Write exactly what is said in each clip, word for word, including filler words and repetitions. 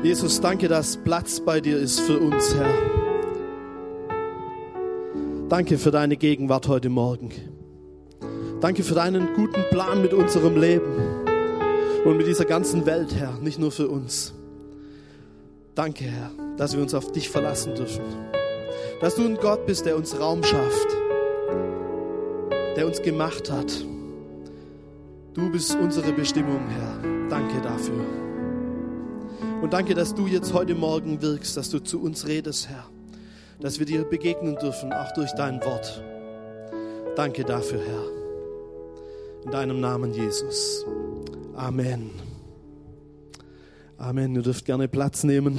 Jesus, danke, dass Platz bei dir ist für uns, Herr. Danke für deine Gegenwart heute Morgen. Danke für deinen guten Plan mit unserem Leben und mit dieser ganzen Welt, Herr, nicht nur für uns. Danke, Herr, dass wir uns auf dich verlassen dürfen. Dass du ein Gott bist, der uns Raum schafft, der uns gemacht hat. Du bist unsere Bestimmung, Herr. Danke dafür. Und danke, dass du jetzt heute Morgen wirkst, dass du zu uns redest, Herr. Dass wir dir begegnen dürfen, auch durch dein Wort. Danke dafür, Herr. In deinem Namen, Jesus. Amen. Amen. Ihr dürft gerne Platz nehmen.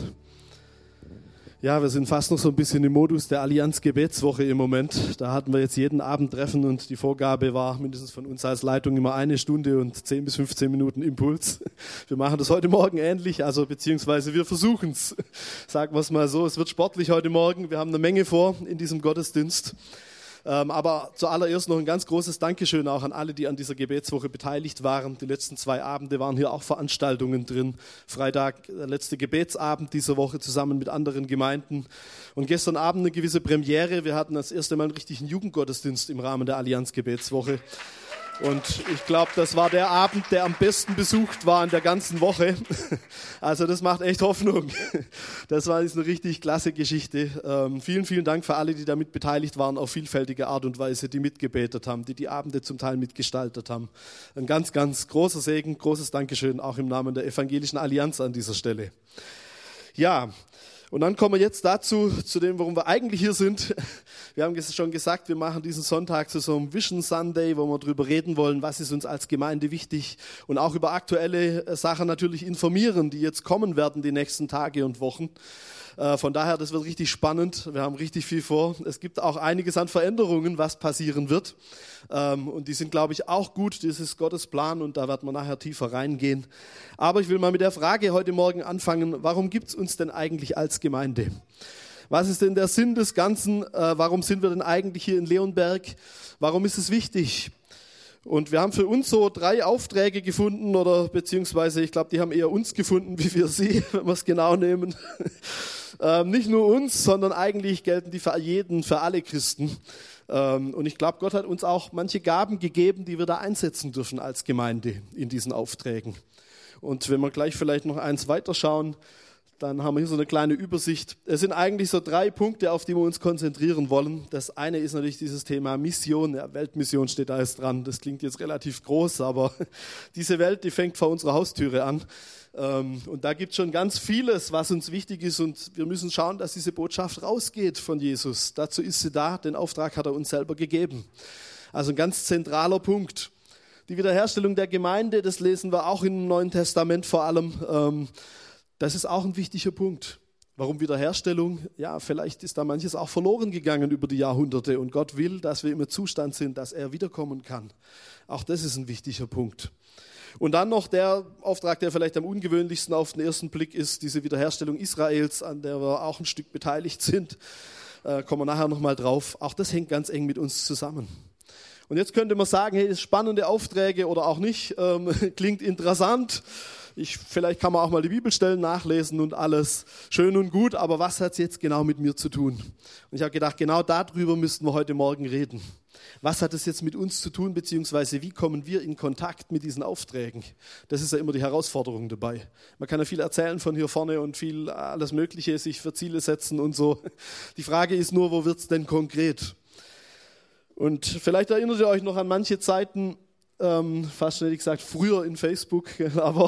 Ja, wir sind fast noch so ein bisschen im Modus der Allianz-Gebetswoche im Moment. Da hatten wir jetzt jeden Abend Treffen und die Vorgabe war mindestens von uns als Leitung immer eine Stunde und zehn bis fünfzehn Minuten Impuls. Wir machen das heute Morgen ähnlich, also beziehungsweise wir versuchen es. Sagen wir es mal so, es wird sportlich heute Morgen. Wir haben eine Menge vor in diesem Gottesdienst. Ähm, aber zuallererst noch ein ganz großes Dankeschön auch an alle, die an dieser Gebetswoche beteiligt waren. Die letzten zwei Abende waren hier auch Veranstaltungen drin. Freitag, der letzte Gebetsabend dieser Woche zusammen mit anderen Gemeinden. Und gestern Abend eine gewisse Premiere. Wir hatten das erste Mal einen richtigen Jugendgottesdienst im Rahmen der Allianz-Gebetswoche. Und ich glaube, das war der Abend, der am besten besucht war in der ganzen Woche. Also das macht echt Hoffnung. Das war jetzt eine richtig klasse Geschichte. Ähm, vielen, vielen Dank für alle, die damit beteiligt waren, auf vielfältige Art und Weise, die mitgebetet haben, die die Abende zum Teil mitgestaltet haben. Ein ganz, ganz großer Segen, großes Dankeschön, auch im Namen der Evangelischen Allianz an dieser Stelle. Ja, und dann kommen wir jetzt dazu, zu dem, warum wir eigentlich hier sind. Wir haben schon gesagt, wir machen diesen Sonntag zu so einem Vision Sunday, wo wir darüber reden wollen, was ist uns als Gemeinde wichtig und auch über aktuelle Sachen natürlich informieren, die jetzt kommen werden die nächsten Tage und Wochen. Von daher, das wird richtig spannend. Wir haben richtig viel vor. Es gibt auch einiges an Veränderungen, was passieren wird. Und die sind, glaube ich, auch gut. Das ist Gottes Plan und da werden wir nachher tiefer reingehen. Aber ich will mal mit der Frage heute Morgen anfangen, warum gibt es uns denn eigentlich als Gemeinde? Was ist denn der Sinn des Ganzen? Warum sind wir denn eigentlich hier in Leonberg? Warum ist es wichtig? Und wir haben für uns so drei Aufträge gefunden oder beziehungsweise ich glaube, die haben eher uns gefunden, wie wir sie, wenn wir es genau nehmen. Ähm, nicht nur uns, sondern eigentlich gelten die für jeden, für alle Christen. Ähm, und ich glaube, Gott hat uns auch manche Gaben gegeben, die wir da einsetzen dürfen als Gemeinde in diesen Aufträgen. Und wenn wir gleich vielleicht noch eins weiterschauen, dann haben wir hier so eine kleine Übersicht. Es sind eigentlich so drei Punkte, auf die wir uns konzentrieren wollen. Das eine ist natürlich dieses Thema Mission. Ja, Weltmission steht da jetzt dran. Das klingt jetzt relativ groß, aber diese Welt, die fängt vor unserer Haustüre an. Und da gibt es schon ganz vieles, was uns wichtig ist. Und wir müssen schauen, dass diese Botschaft rausgeht von Jesus. Dazu ist sie da. Den Auftrag hat er uns selber gegeben. Also ein ganz zentraler Punkt. Die Wiederherstellung der Gemeinde, das lesen wir auch im Neuen Testament vor allem. Das ist auch ein wichtiger Punkt. Warum Wiederherstellung? Ja, vielleicht ist da manches auch verloren gegangen über die Jahrhunderte und Gott will, dass wir im Zustand sind, dass er wiederkommen kann. Auch das ist ein wichtiger Punkt. Und dann noch der Auftrag, der vielleicht am ungewöhnlichsten auf den ersten Blick ist, diese Wiederherstellung Israels, an der wir auch ein Stück beteiligt sind. Äh, kommen wir nachher nochmal drauf. Auch das hängt ganz eng mit uns zusammen. Und jetzt könnte man sagen, hey, das sind spannende Aufträge oder auch nicht, ähm, klingt interessant. Ich, vielleicht kann man auch mal die Bibelstellen nachlesen und alles schön und gut, aber was hat es jetzt genau mit mir zu tun? Und ich habe gedacht, genau darüber müssten wir heute Morgen reden. Was hat es jetzt mit uns zu tun, beziehungsweise wie kommen wir in Kontakt mit diesen Aufträgen? Das ist ja immer die Herausforderung dabei. Man kann ja viel erzählen von hier vorne und viel alles Mögliche, sich für Ziele setzen und so. Die Frage ist nur, wo wird es denn konkret? Und vielleicht erinnert ihr euch noch an manche Zeiten, Ähm, fast schnell gesagt, früher in Facebook, aber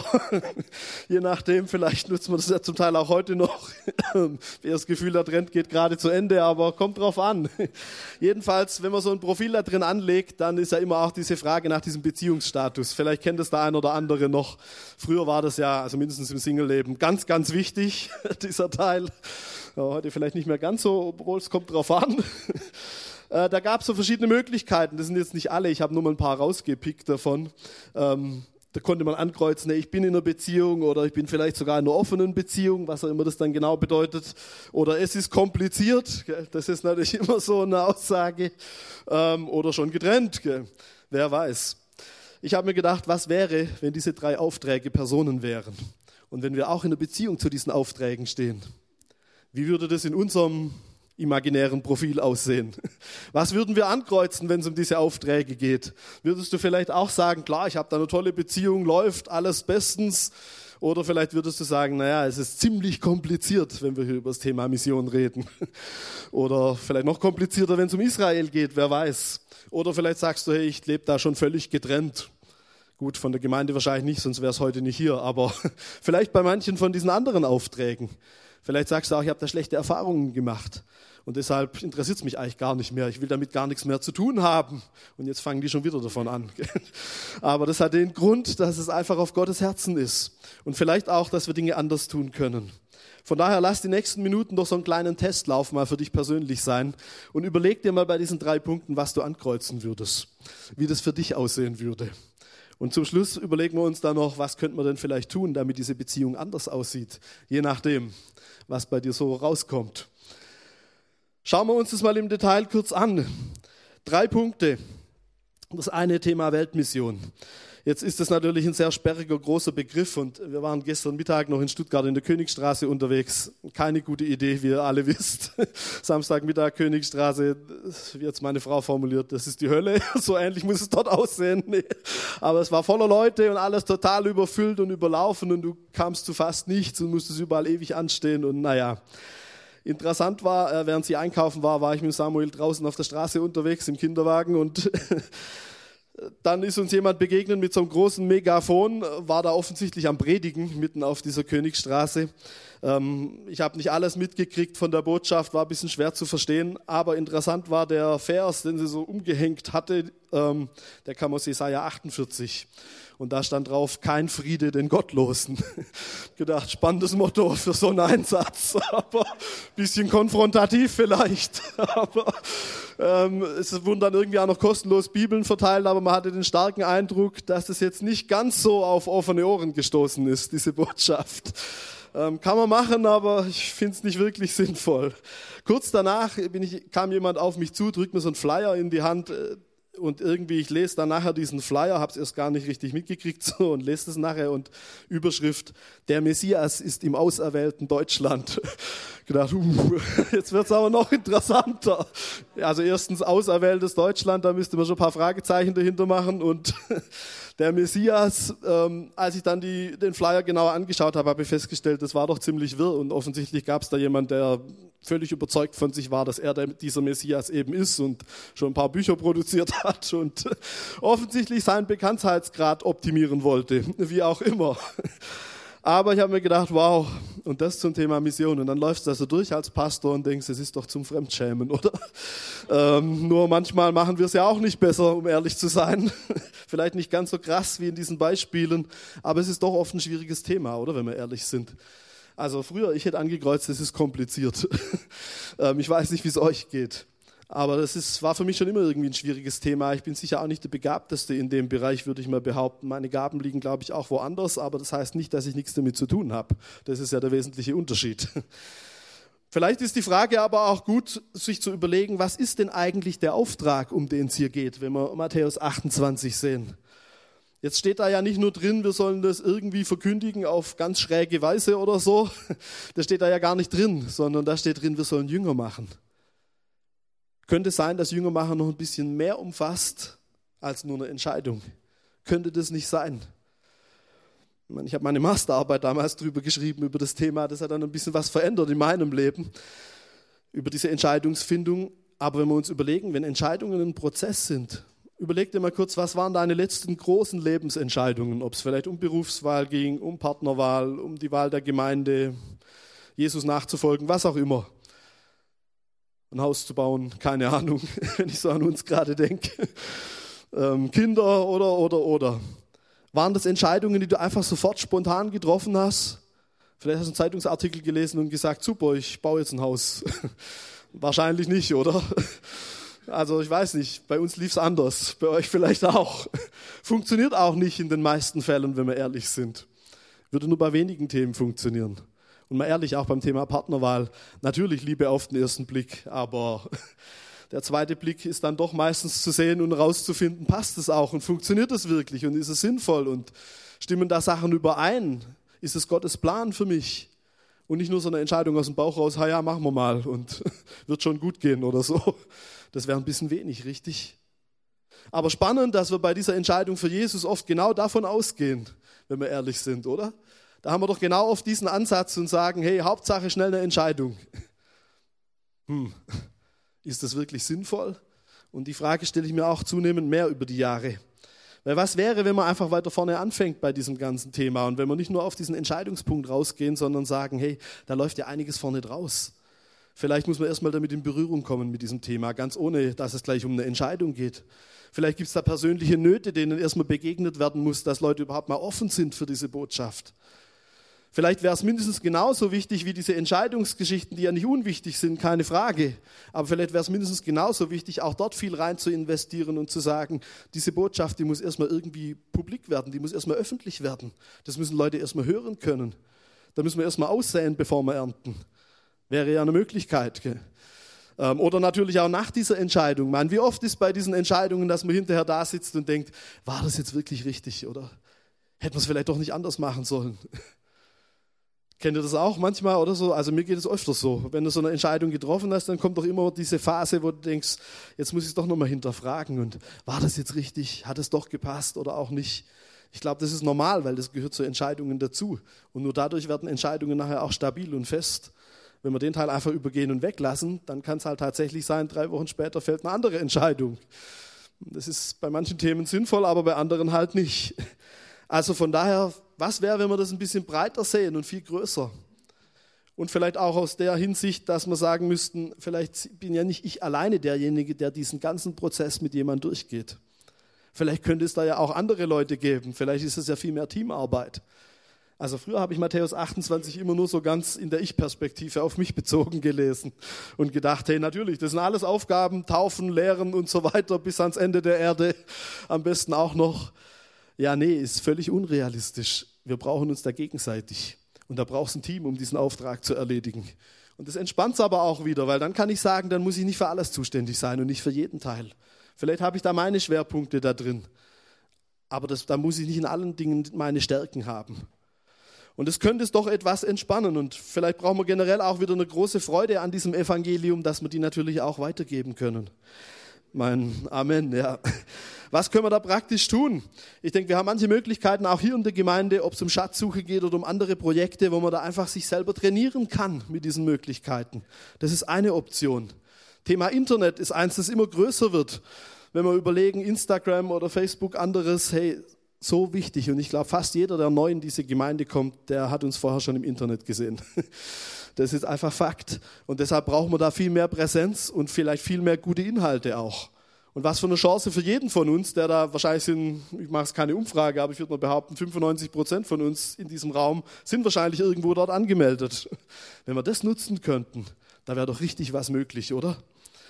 je nachdem, vielleicht nutzt man das ja zum Teil auch heute noch. Wer das Gefühl, der Trend geht gerade zu Ende, aber kommt drauf an. Jedenfalls, wenn man so ein Profil da drin anlegt, dann ist ja immer auch diese Frage nach diesem Beziehungsstatus. Vielleicht kennt das der ein oder andere noch. Früher war das ja, also mindestens im Single-Leben, ganz, ganz wichtig, dieser Teil. Ja, heute vielleicht nicht mehr ganz so, obwohl es kommt drauf an. Da gab es so verschiedene Möglichkeiten, das sind jetzt nicht alle, ich habe nur mal ein paar rausgepickt davon. Ähm, da konnte man ankreuzen, ich bin in einer Beziehung oder ich bin vielleicht sogar in einer offenen Beziehung, was auch immer das dann genau bedeutet. Oder es ist kompliziert, gell? Das ist natürlich immer so eine Aussage. Ähm, oder schon getrennt, gell? Wer weiß. Ich habe mir gedacht, was wäre, wenn diese drei Aufträge Personen wären? Und wenn wir auch in der Beziehung zu diesen Aufträgen stehen, wie würde das in unserem imaginären Profil aussehen? Was würden wir ankreuzen, wenn es um diese Aufträge geht? Würdest du vielleicht auch sagen, klar, ich habe da eine tolle Beziehung, läuft alles bestens? Oder vielleicht würdest du sagen, naja, es ist ziemlich kompliziert, wenn wir hier über das Thema Mission reden. Oder vielleicht noch komplizierter, wenn es um Israel geht, wer weiß. Oder vielleicht sagst du, hey, ich lebe da schon völlig getrennt. Gut, von der Gemeinde wahrscheinlich nicht, sonst wäre es heute nicht hier. Aber vielleicht bei manchen von diesen anderen Aufträgen. Vielleicht sagst du auch, ich habe da schlechte Erfahrungen gemacht. Und deshalb interessiert es mich eigentlich gar nicht mehr. Ich will damit gar nichts mehr zu tun haben. Und jetzt fangen die schon wieder davon an. Aber das hat den Grund, dass es einfach auf Gottes Herzen ist. Und vielleicht auch, dass wir Dinge anders tun können. Von daher lass die nächsten Minuten doch so einen kleinen Testlauf mal für dich persönlich sein. Und überleg dir mal bei diesen drei Punkten, was du ankreuzen würdest. Wie das für dich aussehen würde. Und zum Schluss überlegen wir uns dann noch, was könnte man denn vielleicht tun, damit diese Beziehung anders aussieht. Je nachdem, was bei dir so rauskommt. Schauen wir uns das mal im Detail kurz an. Drei Punkte. Das eine Thema Weltmission. Jetzt ist das natürlich ein sehr sperriger, großer Begriff und wir waren gestern Mittag noch in Stuttgart in der Königstraße unterwegs. Keine gute Idee, wie ihr alle wisst. Samstagmittag Königstraße, wie jetzt meine Frau formuliert, das ist die Hölle. So ähnlich muss es dort aussehen. Nee. Aber es war voller Leute und alles total überfüllt und überlaufen und du kamst zu fast nichts und musstest überall ewig anstehen und naja. Interessant war, während sie einkaufen war, war ich mit Samuel draußen auf der Straße unterwegs im Kinderwagen und dann ist uns jemand begegnet mit so einem großen Megafon, war da offensichtlich am Predigen, mitten auf dieser Königstraße. Ähm, ich habe nicht alles mitgekriegt von der Botschaft, war ein bisschen schwer zu verstehen, aber interessant war der Vers, den sie so umgehängt hatte, ähm, der kam aus Jesaja achtundvierzig. Und da stand drauf, kein Friede den Gottlosen. Gedacht, spannendes Motto für so einen Einsatz, aber ein bisschen konfrontativ vielleicht. Aber ähm, es wurden dann irgendwie auch noch kostenlos Bibeln verteilt, aber man hatte den starken Eindruck, dass es jetzt nicht ganz so auf offene Ohren gestoßen ist, diese Botschaft. Ähm, kann man machen, aber ich finde es nicht wirklich sinnvoll. Kurz danach bin ich, kam jemand auf mich zu, drückt mir so einen Flyer in die Hand, äh, und irgendwie, ich lese dann nachher diesen Flyer, habe es erst gar nicht richtig mitgekriegt so, und lese es nachher und Überschrift, der Messias ist im auserwählten Deutschland. Gedacht, uh, jetzt wird es aber noch interessanter. Also erstens auserwähltes Deutschland, da müsste man schon ein paar Fragezeichen dahinter machen und der Messias, ähm, als ich dann die, den Flyer genauer angeschaut habe, habe ich festgestellt, das war doch ziemlich wirr und offensichtlich gab es da jemand, der völlig überzeugt von sich war, dass er der, dieser Messias eben ist und schon ein paar Bücher produziert hat und offensichtlich seinen Bekanntheitsgrad optimieren wollte, wie auch immer. Aber ich habe mir gedacht, wow, und das zum Thema Mission. Und dann läufst du also durch als Pastor und denkst, es ist doch zum Fremdschämen, oder? Ähm, nur manchmal machen wir es ja auch nicht besser, um ehrlich zu sein. Vielleicht nicht ganz so krass wie in diesen Beispielen, aber es ist doch oft ein schwieriges Thema, oder, wenn wir ehrlich sind. Also früher, ich hätte angekreuzt, es ist kompliziert. ähm, ich weiß nicht, wie es euch geht. Aber das ist, war für mich schon immer irgendwie ein schwieriges Thema. Ich bin sicher auch nicht der Begabteste in dem Bereich, würde ich mal behaupten. Meine Gaben liegen, glaube ich, auch woanders, aber das heißt nicht, dass ich nichts damit zu tun habe. Das ist ja der wesentliche Unterschied. Vielleicht ist die Frage aber auch gut, sich zu überlegen, was ist denn eigentlich der Auftrag, um den es hier geht, wenn wir Matthäus achtundzwanzig sehen. Jetzt steht da ja nicht nur drin, wir sollen das irgendwie verkündigen auf ganz schräge Weise oder so. Das steht da ja gar nicht drin, sondern da steht drin, wir sollen Jünger machen. Könnte sein, dass Jünger machen noch ein bisschen mehr umfasst als nur eine Entscheidung. Könnte das nicht sein? Ich meine, ich habe meine Masterarbeit damals drüber geschrieben, über das Thema. Das hat dann ein bisschen was verändert in meinem Leben, über diese Entscheidungsfindung. Aber wenn wir uns überlegen, wenn Entscheidungen ein Prozess sind, überleg dir mal kurz, was waren deine letzten großen Lebensentscheidungen? Ob es vielleicht um Berufswahl ging, um Partnerwahl, um die Wahl der Gemeinde, Jesus nachzufolgen, was auch immer. Ein Haus zu bauen, keine Ahnung, wenn ich so an uns gerade denke. Ähm, Kinder oder, oder, oder. Waren das Entscheidungen, die du einfach sofort spontan getroffen hast? Vielleicht hast du einen Zeitungsartikel gelesen und gesagt, super, ich baue jetzt ein Haus. Wahrscheinlich nicht, oder? Also ich weiß nicht, bei uns lief es anders, bei euch vielleicht auch. Funktioniert auch nicht in den meisten Fällen, wenn wir ehrlich sind. Würde nur bei wenigen Themen funktionieren. Und mal ehrlich, auch beim Thema Partnerwahl, natürlich Liebe auf den ersten Blick, aber der zweite Blick ist dann doch meistens zu sehen und rauszufinden, passt es auch und funktioniert es wirklich und ist es sinnvoll und stimmen da Sachen überein? Ist es Gottes Plan für mich? Und nicht nur so eine Entscheidung aus dem Bauch raus, ha ja, machen wir mal und wird schon gut gehen oder so. Das wäre ein bisschen wenig, richtig? Aber spannend, dass wir bei dieser Entscheidung für Jesus oft genau davon ausgehen, wenn wir ehrlich sind, oder? Da haben wir doch genau oft diesen Ansatz und sagen, hey, Hauptsache schnell eine Entscheidung. Hm, ist das wirklich sinnvoll? Und die Frage stelle ich mir auch zunehmend mehr über die Jahre. Weil was wäre, wenn man einfach weiter vorne anfängt bei diesem ganzen Thema und wenn wir nicht nur auf diesen Entscheidungspunkt rausgehen, sondern sagen, hey, da läuft ja einiges vorne draus. Vielleicht muss man erstmal damit in Berührung kommen mit diesem Thema, ganz ohne, dass es gleich um eine Entscheidung geht. Vielleicht gibt es da persönliche Nöte, denen erstmal begegnet werden muss, dass Leute überhaupt mal offen sind für diese Botschaft. Vielleicht wäre es mindestens genauso wichtig wie diese Entscheidungsgeschichten, die ja nicht unwichtig sind, keine Frage. Aber vielleicht wäre es mindestens genauso wichtig, auch dort viel rein zu investieren und zu sagen, diese Botschaft, die muss erstmal irgendwie publik werden, die muss erstmal öffentlich werden. Das müssen Leute erstmal hören können. Da müssen wir erstmal aussäen, bevor wir ernten. Wäre ja eine Möglichkeit. Gell? Oder natürlich auch nach dieser Entscheidung. Man, wie oft ist bei diesen Entscheidungen, dass man hinterher da sitzt und denkt, war das jetzt wirklich richtig, oder? Hätten wir es vielleicht doch nicht anders machen sollen? Kennt ihr das auch manchmal oder so? Also mir geht es öfter so. Wenn du so eine Entscheidung getroffen hast, dann kommt doch immer diese Phase, wo du denkst, jetzt muss ich es doch nochmal hinterfragen. Und war das jetzt richtig? Hat es doch gepasst oder auch nicht? Ich glaube, das ist normal, weil das gehört zu Entscheidungen dazu. Und nur dadurch werden Entscheidungen nachher auch stabil und fest. Wenn wir den Teil einfach übergehen und weglassen, dann kann es halt tatsächlich sein, drei Wochen später fällt eine andere Entscheidung. Das ist bei manchen Themen sinnvoll, aber bei anderen halt nicht. Also von daher, was wäre, wenn wir das ein bisschen breiter sehen und viel größer? Und vielleicht auch aus der Hinsicht, dass wir sagen müssten, vielleicht bin ja nicht ich alleine derjenige, der diesen ganzen Prozess mit jemandem durchgeht. Vielleicht könnte es da ja auch andere Leute geben. Vielleicht ist es ja viel mehr Teamarbeit. Also früher habe ich Matthäus achtundzwanzig immer nur so ganz in der Ich-Perspektive auf mich bezogen gelesen und gedacht, hey, natürlich, das sind alles Aufgaben, Taufen, Lehren und so weiter bis ans Ende der Erde, am besten auch noch. Ja, nee, ist völlig unrealistisch. Wir brauchen uns da gegenseitig. Und da braucht es ein Team, um diesen Auftrag zu erledigen. Und das entspannt es aber auch wieder, weil dann kann ich sagen, dann muss ich nicht für alles zuständig sein und nicht für jeden Teil. Vielleicht habe ich da meine Schwerpunkte da drin. Aber das, da muss ich nicht in allen Dingen meine Stärken haben. Und es könnte es doch etwas entspannen. Und vielleicht brauchen wir generell auch wieder eine große Freude an diesem Evangelium, dass wir die natürlich auch weitergeben können. Mein Amen, ja. Was können wir da praktisch tun? Ich denke, wir haben manche Möglichkeiten auch hier in der Gemeinde, ob es um Schatzsuche geht oder um andere Projekte, wo man da einfach sich selber trainieren kann mit diesen Möglichkeiten. Das ist eine Option. Thema Internet ist eins, das immer größer wird. Wenn wir überlegen, Instagram oder Facebook, anderes, hey, so wichtig. Und ich glaube, fast jeder, der neu in diese Gemeinde kommt, der hat uns vorher schon im Internet gesehen. Das ist einfach Fakt. Und deshalb brauchen wir da viel mehr Präsenz und vielleicht viel mehr gute Inhalte auch. Und was für eine Chance für jeden von uns, der da wahrscheinlich sind, ich mache es keine Umfrage, aber ich würde mal behaupten, fünfundneunzig Prozent von uns in diesem Raum sind wahrscheinlich irgendwo dort angemeldet. Wenn wir das nutzen könnten, da wäre doch richtig was möglich, oder?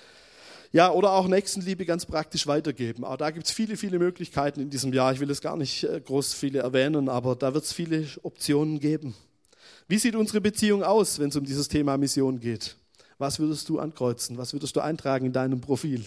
Ja, oder auch Nächstenliebe ganz praktisch weitergeben. Auch da gibt es viele, viele Möglichkeiten in diesem Jahr. Ich will es gar nicht groß viele erwähnen, aber da wird es viele Optionen geben. Wie sieht unsere Beziehung aus, wenn es um dieses Thema Mission geht? Was würdest du ankreuzen? Was würdest du eintragen in deinem Profil?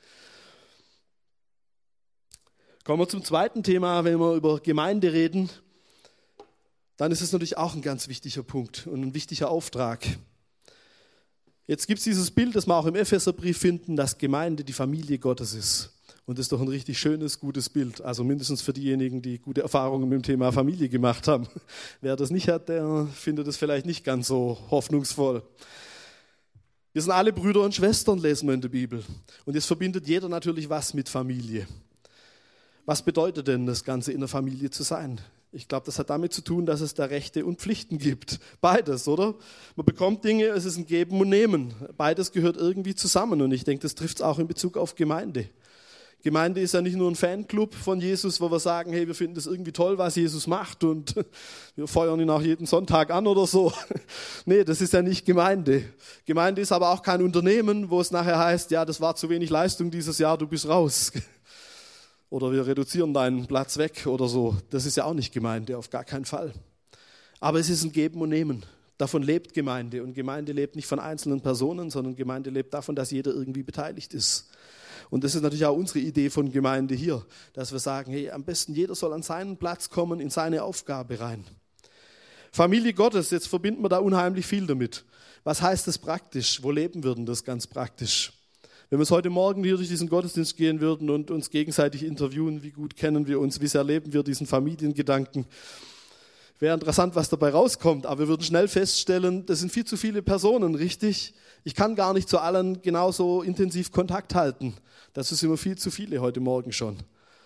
Kommen wir zum zweiten Thema, wenn wir über Gemeinde reden. Dann ist es natürlich auch ein ganz wichtiger Punkt und ein wichtiger Auftrag. Jetzt gibt es dieses Bild, das wir auch im Epheserbrief finden, dass Gemeinde die Familie Gottes ist. Und das ist doch ein richtig schönes, gutes Bild. Also mindestens für diejenigen, die gute Erfahrungen mit dem Thema Familie gemacht haben. Wer das nicht hat, der findet es vielleicht nicht ganz so hoffnungsvoll. Wir sind alle Brüder und Schwestern, lesen wir in der Bibel. Und jetzt verbindet jeder natürlich was mit Familie. Was bedeutet denn das Ganze, in der Familie zu sein? Ich glaube, das hat damit zu tun, dass es da Rechte und Pflichten gibt. Beides, oder? Man bekommt Dinge, es ist ein Geben und Nehmen. Beides gehört irgendwie zusammen. Und ich denke, das trifft es auch in Bezug auf Gemeinde. Gemeinde ist ja nicht nur ein Fanclub von Jesus, wo wir sagen, hey, wir finden das irgendwie toll, was Jesus macht und wir feuern ihn auch jeden Sonntag an oder so. Nee, das ist ja nicht Gemeinde. Gemeinde ist aber auch kein Unternehmen, wo es nachher heißt, ja, das war zu wenig Leistung dieses Jahr, du bist raus. Oder wir reduzieren deinen Platz weg oder so. Das ist ja auch nicht Gemeinde, auf gar keinen Fall. Aber es ist ein Geben und Nehmen. Davon lebt Gemeinde. Und Gemeinde lebt nicht von einzelnen Personen, sondern Gemeinde lebt davon, dass jeder irgendwie beteiligt ist. Und das ist natürlich auch unsere Idee von Gemeinde hier, dass wir sagen, hey, am besten jeder soll an seinen Platz kommen, in seine Aufgabe rein. Familie Gottes, jetzt verbinden wir da unheimlich viel damit. Was heißt das praktisch? Wo leben wir denn das ganz praktisch? Wenn wir es heute Morgen hier durch diesen Gottesdienst gehen würden und uns gegenseitig interviewen, wie gut kennen wir uns, wie sehr leben wir diesen Familiengedanken, wäre interessant, was dabei rauskommt. Aber wir würden schnell feststellen, das sind viel zu viele Personen, richtig? Ich kann gar nicht zu allen genauso intensiv Kontakt halten. Das ist immer viel zu viele heute Morgen schon.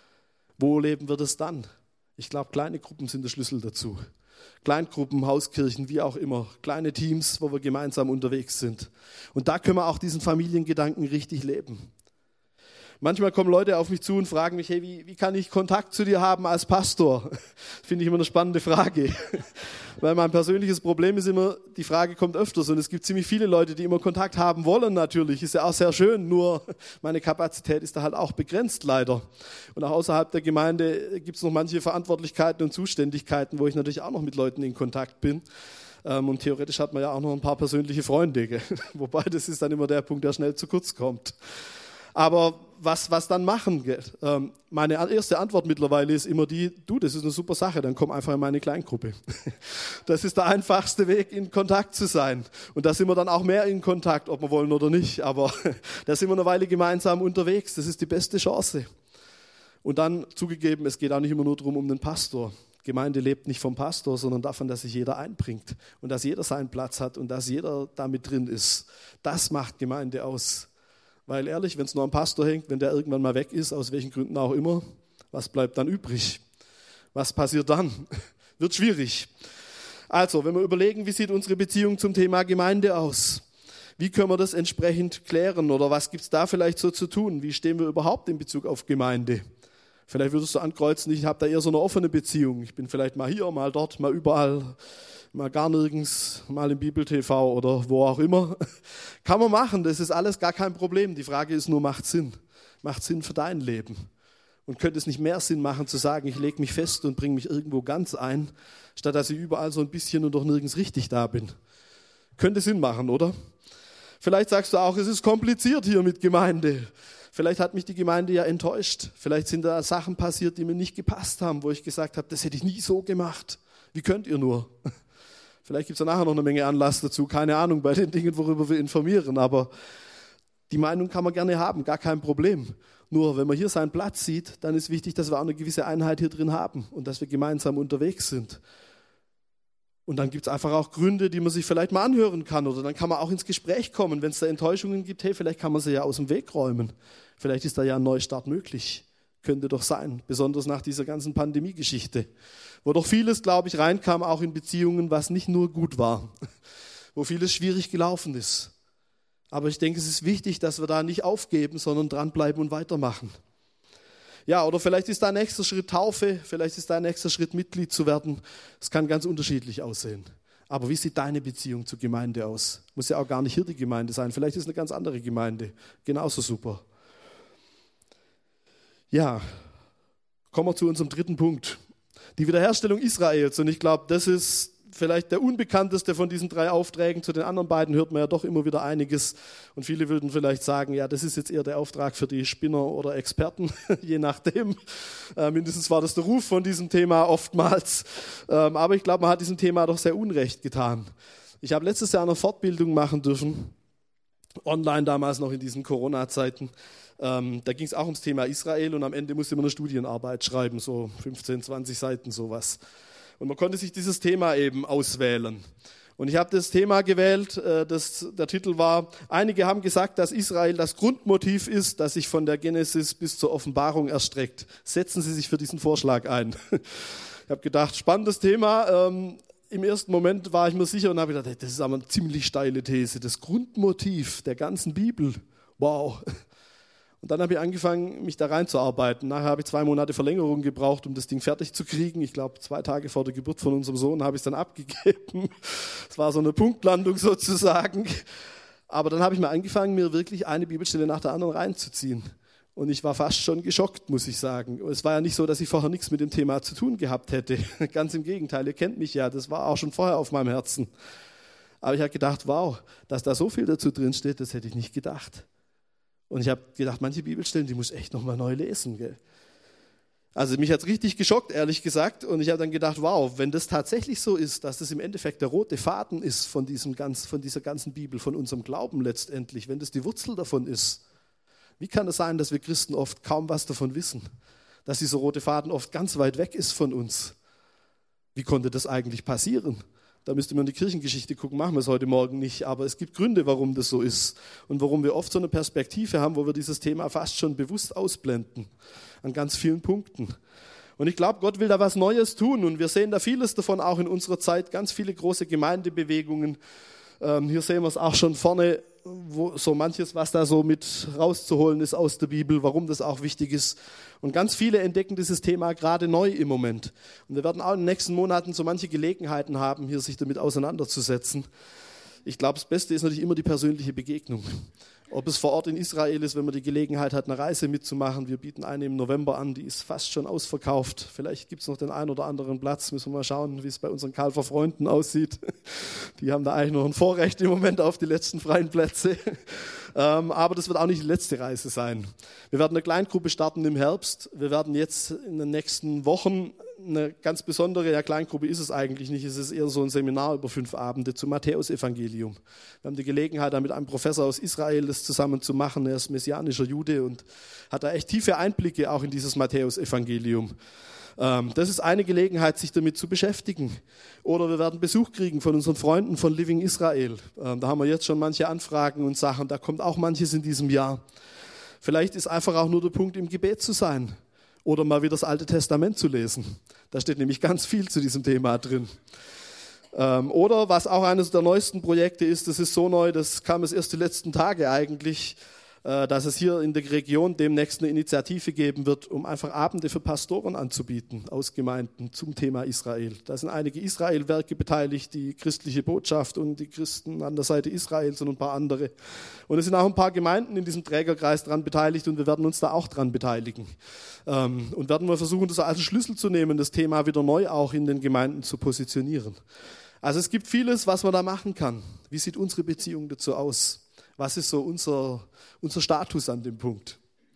Wo leben wir das dann? Ich glaube, kleine Gruppen sind der Schlüssel dazu. Kleingruppen, Hauskirchen, wie auch immer. Kleine Teams, wo wir gemeinsam unterwegs sind. Und da können wir auch diesen Familiengedanken richtig leben. Manchmal kommen Leute auf mich zu und fragen mich, hey, wie, wie kann ich Kontakt zu dir haben als Pastor? Finde ich immer eine spannende Frage. Weil mein persönliches Problem ist immer, die Frage kommt öfters und es gibt ziemlich viele Leute, die immer Kontakt haben wollen natürlich. Ist ja auch sehr schön, nur meine Kapazität ist da halt auch begrenzt leider. Und auch außerhalb der Gemeinde gibt es noch manche Verantwortlichkeiten und Zuständigkeiten, wo ich natürlich auch noch mit Leuten in Kontakt bin. Und theoretisch hat man ja auch noch ein paar persönliche Freunde. Wobei das ist dann immer der Punkt, der schnell zu kurz kommt. Aber was, was dann machen? Ähm, meine erste Antwort mittlerweile ist immer die, du, das ist eine super Sache, dann komm einfach in meine Kleingruppe. Das ist der einfachste Weg, in Kontakt zu sein. Und da sind wir dann auch mehr in Kontakt, ob wir wollen oder nicht. Aber da sind wir eine Weile gemeinsam unterwegs. Das ist die beste Chance. Und dann zugegeben, es geht auch nicht immer nur darum, um den Pastor. Gemeinde lebt nicht vom Pastor, sondern davon, dass sich jeder einbringt und dass jeder seinen Platz hat und dass jeder damit drin ist. Das macht Gemeinde aus. Weil ehrlich, wenn es nur am Pastor hängt, wenn der irgendwann mal weg ist, aus welchen Gründen auch immer, was bleibt dann übrig? Was passiert dann? Wird schwierig. Also, wenn wir überlegen, wie sieht unsere Beziehung zum Thema Gemeinde aus? Wie können wir das entsprechend klären? Oder was gibt es da vielleicht so zu tun? Wie stehen wir überhaupt in Bezug auf Gemeinde? Vielleicht würdest du ankreuzen, ich habe da eher so eine offene Beziehung. Ich bin vielleicht mal hier, mal dort, mal überall, mal gar nirgends, mal im Bibel-T V oder wo auch immer. Kann man machen, das ist alles gar kein Problem. Die Frage ist nur, macht Sinn? Macht Sinn für dein Leben? Und könnte es nicht mehr Sinn machen zu sagen, ich lege mich fest und bringe mich irgendwo ganz ein, statt dass ich überall so ein bisschen und doch nirgends richtig da bin? Könnte Sinn machen, oder? Vielleicht sagst du auch, es ist kompliziert hier mit Gemeinde. Vielleicht hat mich die Gemeinde ja enttäuscht. Vielleicht sind da Sachen passiert, die mir nicht gepasst haben, wo ich gesagt habe, das hätte ich nie so gemacht. Wie könnt ihr nur? Vielleicht gibt es ja nachher noch eine Menge Anlass dazu. Keine Ahnung bei den Dingen, worüber wir informieren. Aber die Meinung kann man gerne haben, gar kein Problem. Nur wenn man hier seinen Platz sieht, dann ist wichtig, dass wir auch eine gewisse Einheit hier drin haben und dass wir gemeinsam unterwegs sind. Und dann gibt es einfach auch Gründe, die man sich vielleicht mal anhören kann. Oder dann kann man auch ins Gespräch kommen. Wenn es da Enttäuschungen gibt, hey, vielleicht kann man sie ja aus dem Weg räumen. Vielleicht ist da ja ein Neustart möglich. Könnte doch sein, besonders nach dieser ganzen Pandemie-Geschichte. Wo doch vieles, glaube ich, reinkam, auch in Beziehungen, was nicht nur gut war. Wo vieles schwierig gelaufen ist. Aber ich denke, es ist wichtig, dass wir da nicht aufgeben, sondern dranbleiben und weitermachen. Ja, oder vielleicht ist dein nächster Schritt Taufe, vielleicht ist dein nächster Schritt Mitglied zu werden. Es kann ganz unterschiedlich aussehen. Aber wie sieht deine Beziehung zur Gemeinde aus? Muss ja auch gar nicht hier die Gemeinde sein. Vielleicht ist es eine ganz andere Gemeinde. Genauso super. Ja, kommen wir zu unserem dritten Punkt. Die Wiederherstellung Israels. Und ich glaube, das ist vielleicht der unbekannteste von diesen drei Aufträgen. Zu den anderen beiden hört man ja doch immer wieder einiges. Und viele würden vielleicht sagen, ja, das ist jetzt eher der Auftrag für die Spinner oder Experten, je nachdem. Äh, mindestens war das der Ruf von diesem Thema oftmals. Ähm, aber ich glaube, man hat diesem Thema doch sehr Unrecht getan. Ich habe letztes Jahr eine Fortbildung machen dürfen, online damals noch in diesen Corona-Zeiten. Ähm, da ging es auch ums Thema Israel und am Ende musste man eine Studienarbeit schreiben, so fünfzehn, zwanzig Seiten sowas. Und man konnte sich dieses Thema eben auswählen. Und ich habe das Thema gewählt, äh, das, der Titel war, einige haben gesagt, dass Israel das Grundmotiv ist, das sich von der Genesis bis zur Offenbarung erstreckt. Setzen Sie sich für diesen Vorschlag ein. Ich habe gedacht, spannendes Thema. Ähm, Im ersten Moment war ich mir sicher und habe gedacht, das ist aber eine ziemlich steile These. Das Grundmotiv der ganzen Bibel, wow. Und dann habe ich angefangen, mich da reinzuarbeiten. Nachher habe ich zwei Monate Verlängerung gebraucht, um das Ding fertig zu kriegen. Ich glaube, zwei Tage vor der Geburt von unserem Sohn habe ich es dann abgegeben. Es war so eine Punktlandung sozusagen. Aber dann habe ich mal angefangen, mir wirklich eine Bibelstelle nach der anderen reinzuziehen. Und ich war fast schon geschockt, muss ich sagen. Es war ja nicht so, dass ich vorher nichts mit dem Thema zu tun gehabt hätte. Ganz im Gegenteil, ihr kennt mich ja, das war auch schon vorher auf meinem Herzen. Aber ich habe gedacht, wow, dass da so viel dazu drin steht, das hätte ich nicht gedacht. Und ich habe gedacht, manche Bibelstellen, die muss ich echt nochmal neu lesen. Gell? Also mich hat es richtig geschockt, ehrlich gesagt. Und ich habe dann gedacht, wow, wenn das tatsächlich so ist, dass das im Endeffekt der rote Faden ist von, diesem ganz, von dieser ganzen Bibel, von unserem Glauben letztendlich, wenn das die Wurzel davon ist, wie kann es sein, dass wir Christen oft kaum was davon wissen? Dass dieser rote Faden oft ganz weit weg ist von uns? Wie konnte das eigentlich passieren? Da müsste man in die Kirchengeschichte gucken, machen wir es heute Morgen nicht. Aber es gibt Gründe, warum das so ist und warum wir oft so eine Perspektive haben, wo wir dieses Thema fast schon bewusst ausblenden an ganz vielen Punkten. Und ich glaube, Gott will da was Neues tun und wir sehen da vieles davon auch in unserer Zeit, ganz viele große Gemeindebewegungen. Ähm, hier sehen wir es auch schon vorne, wo so manches, was da so mit rauszuholen ist aus der Bibel, warum das auch wichtig ist. Und ganz viele entdecken dieses Thema gerade neu im Moment. Und wir werden auch in den nächsten Monaten so manche Gelegenheiten haben, hier sich damit auseinanderzusetzen. Ich glaube, das Beste ist natürlich immer die persönliche Begegnung. Ob es vor Ort in Israel ist, wenn man die Gelegenheit hat, eine Reise mitzumachen. Wir bieten eine im November an, die ist fast schon ausverkauft. Vielleicht gibt es noch den einen oder anderen Platz. Müssen wir mal schauen, wie es bei unseren Kalfer Freunden aussieht. Die haben da eigentlich noch ein Vorrecht im Moment auf die letzten freien Plätze. Ähm, aber das wird auch nicht die letzte Reise sein. Wir werden eine Kleingruppe starten im Herbst. Wir werden jetzt in den nächsten Wochen eine ganz besondere, ja Kleingruppe ist es eigentlich nicht, es ist eher so ein Seminar über fünf Abende zum Matthäusevangelium. Wir haben die Gelegenheit, da mit einem Professor aus Israel das zusammen zu machen. Er ist messianischer Jude und hat da echt tiefe Einblicke auch in dieses Matthäusevangelium. Ähm, das ist eine Gelegenheit, sich damit zu beschäftigen. Oder wir werden Besuch kriegen von unseren Freunden von Living Israel. Ähm, da haben wir jetzt schon manche Anfragen und Sachen, da kommt auch manches in diesem Jahr. Vielleicht ist einfach auch nur der Punkt, im Gebet zu sein. Oder mal wieder das Alte Testament zu lesen. Da steht nämlich ganz viel zu diesem Thema drin. Ähm, oder was auch eines der neuesten Projekte ist, das ist so neu, das kam es erst die letzten Tage eigentlich, äh, dass es hier in der Region demnächst eine Initiative geben wird, um einfach Abende für Pastoren anzubieten aus Gemeinden zum Thema Israel. Da sind einige Israel-Werke beteiligt, die christliche Botschaft und die Christen an der Seite Israels und ein paar andere. Und es sind auch ein paar Gemeinden in diesem Trägerkreis dran beteiligt und wir werden uns da auch dran beteiligen. Ähm, und werden wir versuchen, das als Schlüssel zu nehmen, das Thema wieder neu auch in den Gemeinden zu positionieren. Also es gibt vieles, was man da machen kann. Wie sieht unsere Beziehung dazu aus? Was ist so unser, unser Status an dem Punkt?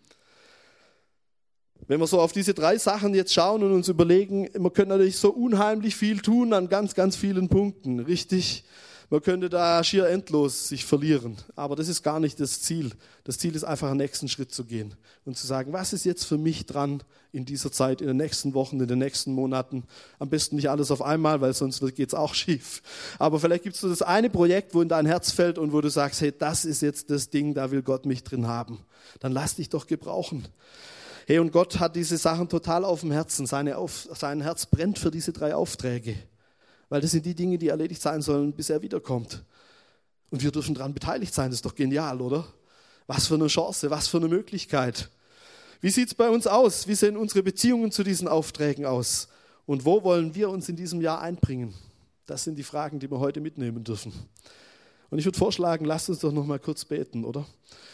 Wenn wir so auf diese drei Sachen jetzt schauen und uns überlegen, man könnte natürlich so unheimlich viel tun an ganz, ganz vielen Punkten, richtig? Man könnte da schier endlos sich verlieren, aber das ist gar nicht das Ziel. Das Ziel ist einfach, einen nächsten Schritt zu gehen und zu sagen, was ist jetzt für mich dran in dieser Zeit, in den nächsten Wochen, in den nächsten Monaten. Am besten nicht alles auf einmal, weil sonst geht es auch schief. Aber vielleicht gibt es so das eine Projekt, wo in dein Herz fällt und wo du sagst, hey, das ist jetzt das Ding, da will Gott mich drin haben. Dann lass dich doch gebrauchen. Hey, und Gott hat diese Sachen total auf dem Herzen. Seine auf, sein Herz brennt für diese drei Aufträge. Weil das sind die Dinge, die erledigt sein sollen, bis er wiederkommt. Und wir dürfen daran beteiligt sein. Das ist doch genial, oder? Was für eine Chance, was für eine Möglichkeit. Wie sieht es bei uns aus? Wie sehen unsere Beziehungen zu diesen Aufträgen aus? Und wo wollen wir uns in diesem Jahr einbringen? Das sind die Fragen, die wir heute mitnehmen dürfen. Und ich würde vorschlagen, lasst uns doch noch mal kurz beten, oder?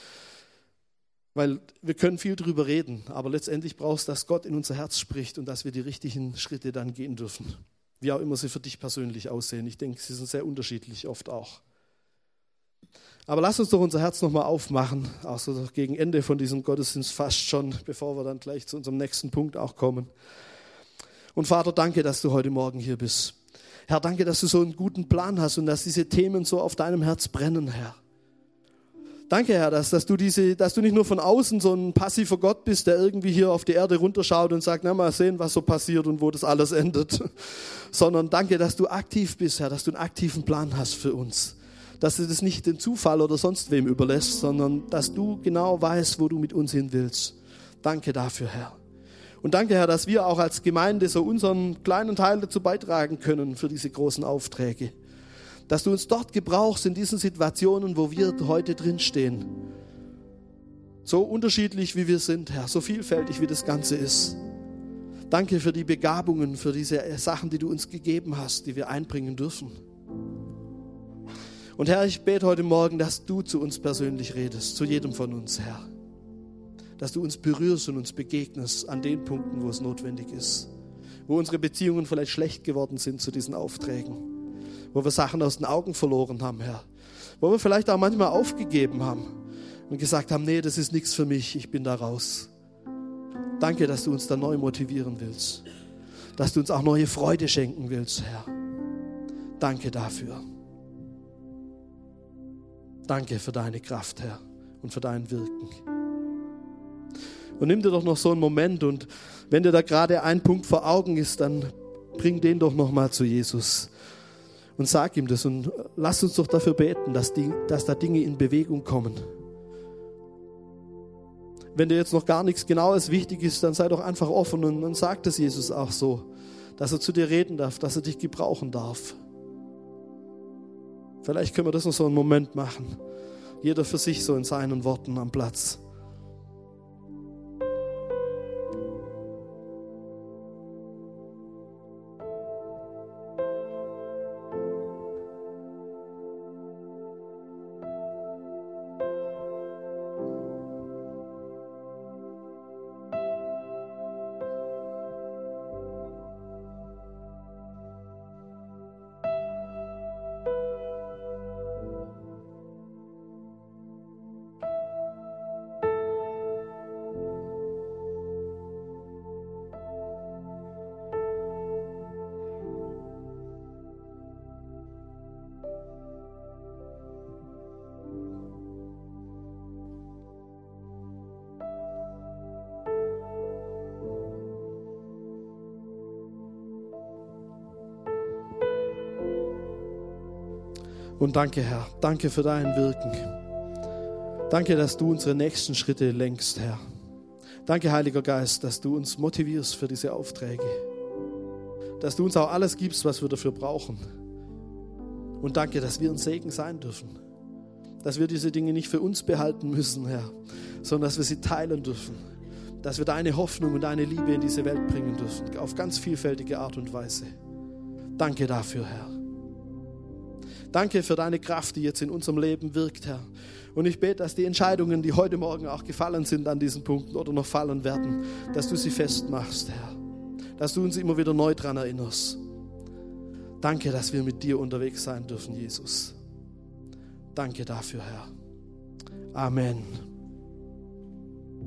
Weil wir können viel drüber reden, aber letztendlich braucht es, dass Gott in unser Herz spricht und dass wir die richtigen Schritte dann gehen dürfen. Wie auch immer sie für dich persönlich aussehen. Ich denke, sie sind sehr unterschiedlich, oft auch. Aber lass uns doch unser Herz nochmal aufmachen, auch so gegen Ende von diesem Gottesdienst fast schon, bevor wir dann gleich zu unserem nächsten Punkt auch kommen. Und Vater, danke, dass du heute Morgen hier bist. Herr, danke, dass du so einen guten Plan hast und dass diese Themen so auf deinem Herz brennen, Herr. Danke, Herr, dass, dass, du diese, dass du nicht nur von außen so ein passiver Gott bist, der irgendwie hier auf die Erde runterschaut und sagt, na mal sehen, was so passiert und wo das alles endet. Sondern danke, dass du aktiv bist, Herr, dass du einen aktiven Plan hast für uns. Dass du das nicht den Zufall oder sonst wem überlässt, sondern dass du genau weißt, wo du mit uns hin willst. Danke dafür, Herr. Und danke, Herr, dass wir auch als Gemeinde so unseren kleinen Teil dazu beitragen können für diese großen Aufträge. Dass du uns dort gebrauchst in diesen Situationen, wo wir heute drinstehen. So unterschiedlich wie wir sind, Herr, so vielfältig wie das Ganze ist. Danke für die Begabungen, für diese Sachen, die du uns gegeben hast, die wir einbringen dürfen. Und Herr, ich bete heute Morgen, dass du zu uns persönlich redest, zu jedem von uns, Herr. Dass du uns berührst und uns begegnest an den Punkten, wo es notwendig ist. Wo unsere Beziehungen vielleicht schlecht geworden sind zu diesen Aufträgen. Wo wir Sachen aus den Augen verloren haben, Herr. Wo wir vielleicht auch manchmal aufgegeben haben und gesagt haben, nee, das ist nichts für mich, ich bin da raus. Danke, dass du uns da neu motivieren willst. Dass du uns auch neue Freude schenken willst, Herr. Danke dafür. Danke für deine Kraft, Herr, und für dein Wirken. Und nimm dir doch noch so einen Moment und wenn dir da gerade ein Punkt vor Augen ist, dann bring den doch noch mal zu Jesus und sag ihm das und lass uns doch dafür beten, dass, die, dass da Dinge in Bewegung kommen. Wenn dir jetzt noch gar nichts Genaues wichtig ist, dann sei doch einfach offen und, und sag das Jesus auch so, dass er zu dir reden darf, dass er dich gebrauchen darf. Vielleicht können wir das noch so einen Moment machen. Jeder für sich so in seinen Worten am Platz. Und danke, Herr, danke für dein Wirken. Danke, dass du unsere nächsten Schritte lenkst, Herr. Danke, Heiliger Geist, dass du uns motivierst für diese Aufträge. Dass du uns auch alles gibst, was wir dafür brauchen. Und danke, dass wir ein Segen sein dürfen. Dass wir diese Dinge nicht für uns behalten müssen, Herr, sondern dass wir sie teilen dürfen. Dass wir deine Hoffnung und deine Liebe in diese Welt bringen dürfen, auf ganz vielfältige Art und Weise. Danke dafür, Herr. Danke für deine Kraft, die jetzt in unserem Leben wirkt, Herr. Und ich bete, dass die Entscheidungen, die heute Morgen auch gefallen sind an diesen Punkten oder noch fallen werden, dass du sie festmachst, Herr. Dass du uns immer wieder neu daran erinnerst. Danke, dass wir mit dir unterwegs sein dürfen, Jesus. Danke dafür, Herr. Amen.